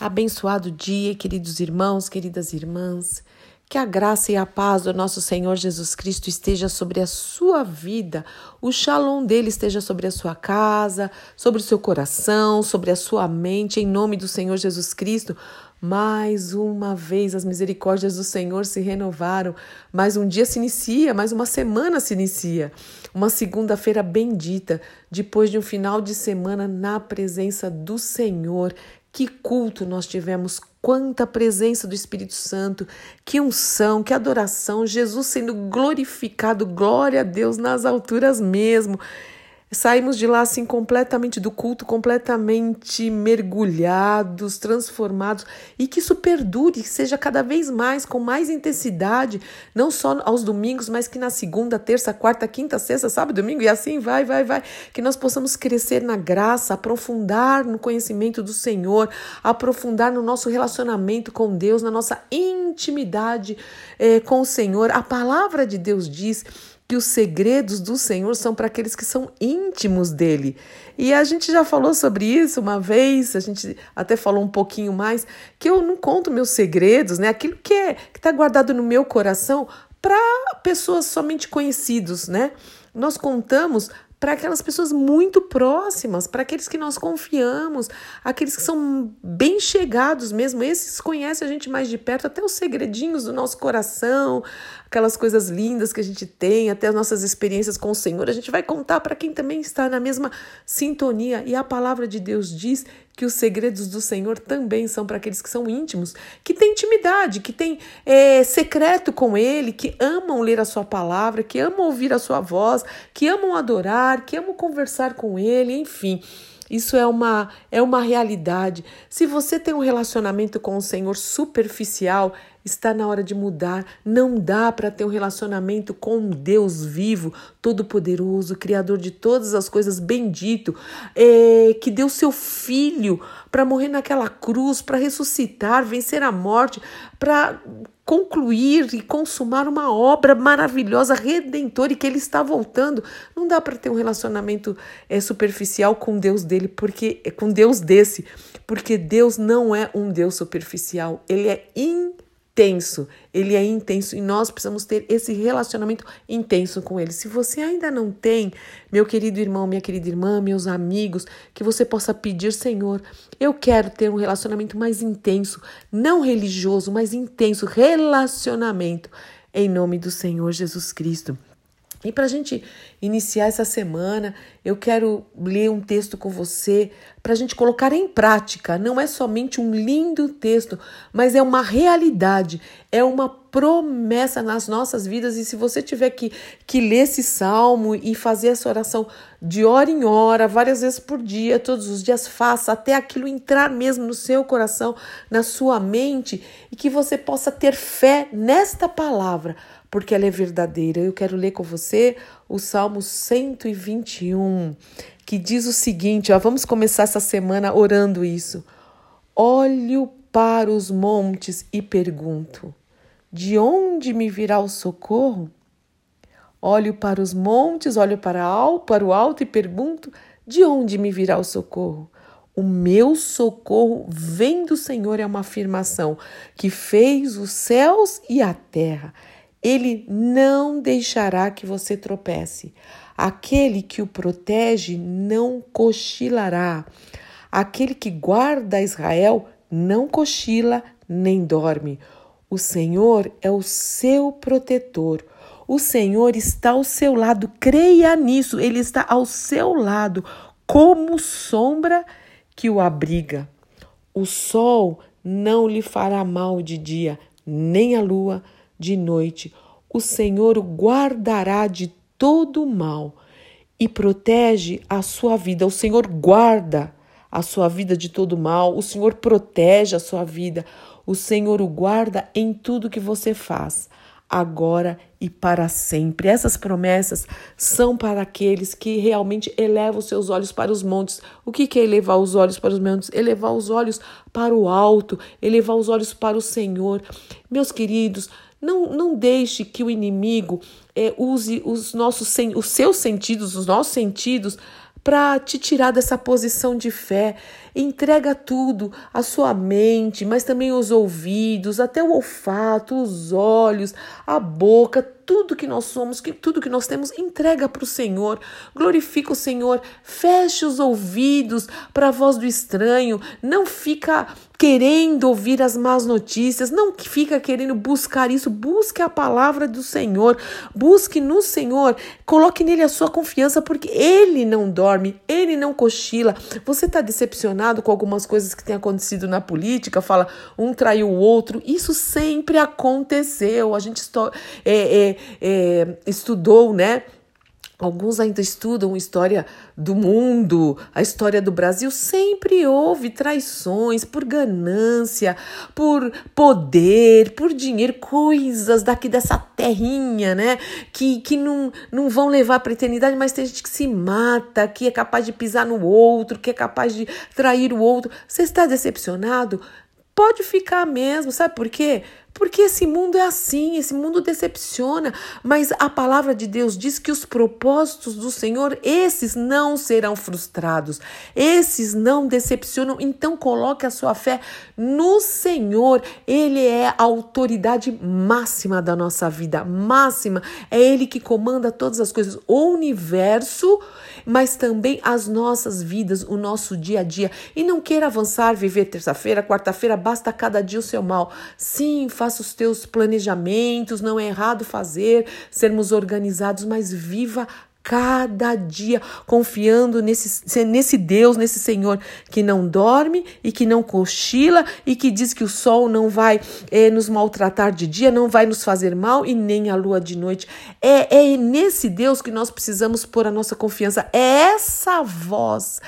Abençoado dia, queridos irmãos, queridas irmãs. Que a graça e a paz do nosso Senhor Jesus Cristo esteja sobre a sua vida, o shalom dele esteja sobre a sua casa, sobre o seu coração, sobre a sua mente, em nome do Senhor Jesus Cristo. Mais uma vez as misericórdias do Senhor se renovaram, mais um dia se inicia, mais uma semana se inicia. Uma segunda-feira bendita, depois de um final de semana na presença do Senhor. Que culto nós tivemos, quanta presença do Espírito Santo, que unção, que adoração, Jesus sendo glorificado, glória a Deus nas alturas mesmo. Saímos de lá assim completamente do culto, completamente mergulhados, transformados, e que isso perdure, que seja cada vez mais, com mais intensidade, não só aos domingos, mas que na segunda, terça, quarta, quinta, sexta, sábado, domingo, e assim vai, que nós possamos crescer na graça, aprofundar no conhecimento do Senhor, aprofundar no nosso relacionamento com Deus, na nossa intimidade com o Senhor. A palavra de Deus diz que os segredos do Senhor são para aqueles que são íntimos dele. E a gente já falou sobre isso uma vez, a gente até falou um pouquinho mais, que eu não conto meus segredos, né? Aquilo que está guardado no meu coração para pessoas somente conhecidos, né? Nós contamos para aquelas pessoas muito próximas, para aqueles que nós confiamos, aqueles que são bem chegados mesmo, esses conhecem a gente mais de perto, até os segredinhos do nosso coração, aquelas coisas lindas que a gente tem, até as nossas experiências com o Senhor, a gente vai contar para quem também está na mesma sintonia. E a palavra de Deus diz que os segredos do Senhor também são para aqueles que são íntimos, que têm intimidade, que têm secreto com Ele, que amam ler a sua palavra, que amam ouvir a sua voz, que amam adorar, que amam conversar com Ele, enfim. Isso é uma realidade. Se você tem um relacionamento com o Senhor superficial, está na hora de mudar. Não dá para ter um relacionamento com um Deus vivo, todo-poderoso, Criador de todas as coisas, bendito, que deu seu Filho para morrer naquela cruz, para ressuscitar, vencer a morte, para concluir e consumar uma obra maravilhosa, redentora, e que Ele está voltando. Não dá para ter um relacionamento superficial com Deus dele, com Deus desse, porque Deus não é um Deus superficial, Ele é intenso, Ele é intenso, e nós precisamos ter esse relacionamento intenso com Ele. Se você ainda não tem, meu querido irmão, minha querida irmã, meus amigos, que você possa pedir: Senhor, eu quero ter um relacionamento mais intenso, não religioso, mas intenso, relacionamento, em nome do Senhor Jesus Cristo. E para a gente iniciar essa semana, eu quero ler um texto com você para a gente colocar em prática. Não é somente um lindo texto, mas é uma realidade, é uma promessa nas nossas vidas. E se você tiver que ler esse salmo e fazer essa oração de hora em hora, várias vezes por dia, todos os dias, faça até aquilo entrar mesmo no seu coração, na sua mente, e que você possa ter fé nesta palavra, porque ela é verdadeira. Eu quero ler com você o Salmo 121, que diz o seguinte, vamos começar essa semana orando isso. Olho para os montes e pergunto: de onde me virá o socorro? Olho para os montes, olho para o alto e pergunto: de onde me virá o socorro? O meu socorro vem do Senhor, é uma afirmação, que fez os céus e a terra. Ele não deixará que você tropece. Aquele que o protege não cochilará. Aquele que guarda Israel não cochila nem dorme. O Senhor é o seu protetor. O Senhor está ao seu lado. Creia nisso. Ele está ao seu lado, como sombra que o abriga. O sol não lhe fará mal de dia, nem a lua de noite. O Senhor o guardará de todo mal e protege a sua vida. O Senhor guarda a sua vida de todo mal. O Senhor protege a sua vida. O Senhor o guarda em tudo que você faz, agora e para sempre. Essas promessas são para aqueles que realmente elevam os seus olhos para os montes. O que é elevar os olhos para os montes? Elevar os olhos para o alto, elevar os olhos para o Senhor. Meus queridos, não deixe que o inimigo use os seus sentidos, os nossos sentidos, para te tirar dessa posição de fé. Entrega tudo, a sua mente, mas também os ouvidos, até o olfato, os olhos, a boca, tudo que nós somos, tudo que nós temos, entrega para o Senhor. Glorifica o Senhor, feche os ouvidos para a voz do estranho, não fica querendo ouvir as más notícias, não fica querendo buscar isso, busque a palavra do Senhor, busque no Senhor, coloque nele a sua confiança, porque Ele não dorme, Ele não cochila. Você está decepcionado com algumas coisas que têm acontecido na política, fala, um traiu o outro, isso sempre aconteceu, a gente estudou, né? Alguns ainda estudam a história do mundo, a história do Brasil. Sempre houve traições por ganância, por poder, por dinheiro, coisas daqui dessa terrinha, né? Que não vão levar para a eternidade, mas tem gente que se mata, que é capaz de pisar no outro, que é capaz de trair o outro. Você está decepcionado? Pode ficar mesmo, sabe por quê? Porque esse mundo é assim, esse mundo decepciona, mas a palavra de Deus diz que os propósitos do Senhor, esses não serão frustrados, esses não decepcionam, então coloque a sua fé no Senhor, Ele é a autoridade máxima da nossa vida, máxima, é Ele que comanda todas as coisas, o universo, mas também as nossas vidas, o nosso dia a dia, e não queira avançar, viver terça-feira, quarta-feira, basta cada dia o seu mal, sim, faça os teus planejamentos, não é errado fazer, sermos organizados, mas viva cada dia confiando nesse Deus, nesse Senhor que não dorme e que não cochila e que diz que o sol não vai nos maltratar de dia, não vai nos fazer mal e nem a lua de noite. É nesse Deus que nós precisamos pôr a nossa confiança. É essa voz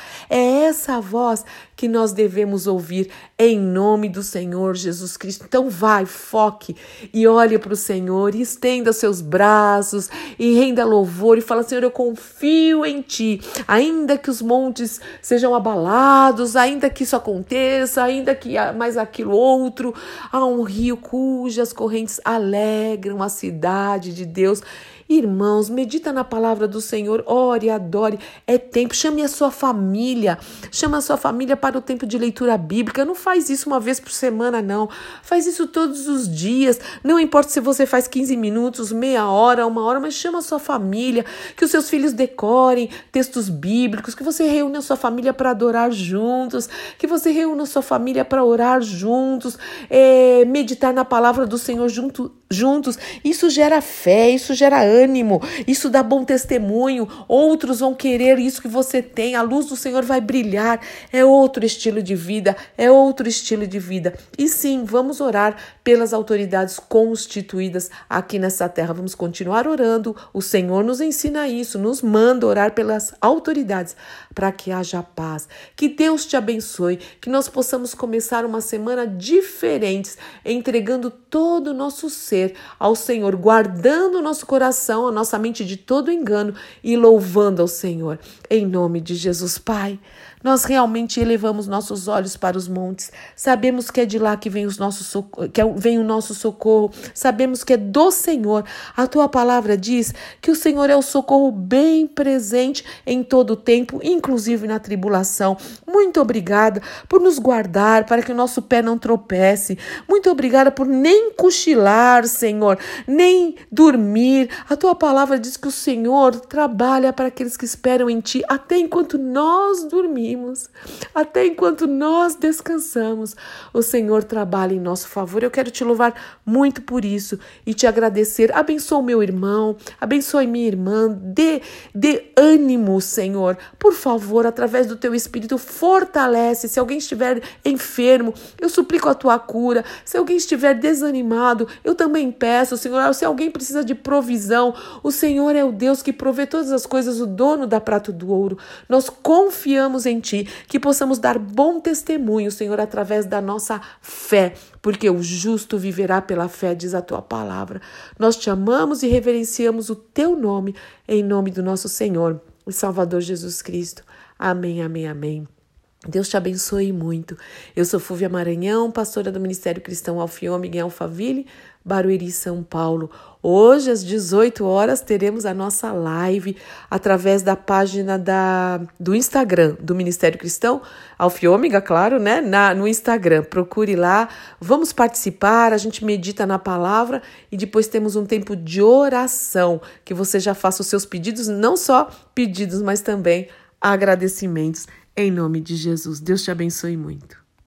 que nós devemos ouvir em nome do Senhor Jesus Cristo. Então vai, foque e olhe para o Senhor e estenda seus braços e renda louvor e fala, Senhor, eu confio em Ti, ainda que os montes sejam abalados, ainda que isso aconteça, ainda que mais aquilo outro, há um rio cujas correntes alegram a cidade de Deus. Irmãos, medita na palavra do Senhor, ore, adore, é tempo, chame a sua família para o tempo de leitura bíblica, não faz isso uma vez por semana não, faz isso todos os dias, não importa se você faz 15 minutos, meia hora, uma hora, mas chama a sua família, que os seus filhos decorem textos bíblicos, que você reúna a sua família para adorar juntos, que você reúna a sua família para orar juntos, meditar na palavra do Senhor juntos, isso gera fé, isso gera ânimo, isso dá bom testemunho, outros vão querer isso que você tem, a luz do Senhor vai brilhar, é outro estilo de vida, e sim, vamos orar pelas autoridades constituídas aqui nessa terra, vamos continuar orando, o Senhor nos ensina isso, nos manda orar pelas autoridades, para que haja paz, que Deus te abençoe, que nós possamos começar uma semana diferente, entregando todo o nosso ser ao Senhor, guardando o nosso coração, a nossa mente de todo engano e louvando ao Senhor. Em nome de Jesus, Pai, nós realmente elevamos nossos olhos para os montes, sabemos que é de lá que vem o nosso socorro, sabemos que é do Senhor. A tua palavra diz que o Senhor é o socorro bem presente em todo o tempo, inclusive na tribulação. Muito obrigada por nos guardar, para que o nosso pé não tropece. Muito obrigada por nem cochilar, Senhor, nem dormir. A tua palavra diz que o Senhor trabalha para aqueles que esperam em Ti, até enquanto nós dormimos. Até enquanto nós descansamos, o Senhor trabalha em nosso favor. Eu quero te louvar muito por isso e te agradecer. Abençoa o meu irmão, abençoe minha irmã, dê ânimo, Senhor. Por favor, através do teu Espírito, fortalece. Se alguém estiver enfermo, eu suplico a tua cura. Se alguém estiver desanimado, eu também peço, Senhor. Se alguém precisa de provisão, o Senhor é o Deus que provê todas as coisas, o dono da prata e do ouro. Nós confiamos em Ti, que possamos dar bom testemunho, Senhor, através da nossa fé, porque o justo viverá pela fé, diz a Tua palavra. Nós te amamos e reverenciamos o Teu nome, em nome do nosso Senhor e Salvador Jesus Cristo. Amém, amém, amém. Deus te abençoe muito. Eu sou Fúvia Maranhão, pastora do Ministério Cristão Alfiômega em Alphaville, Barueri, São Paulo. Hoje, às 18 horas, teremos a nossa live através da página do Instagram do Ministério Cristão Alfiômega, claro, né? No Instagram. Procure lá, vamos participar, a gente medita na palavra e depois temos um tempo de oração, que você já faça os seus pedidos, não só pedidos, mas também agradecimentos. Em nome de Jesus, Deus te abençoe muito.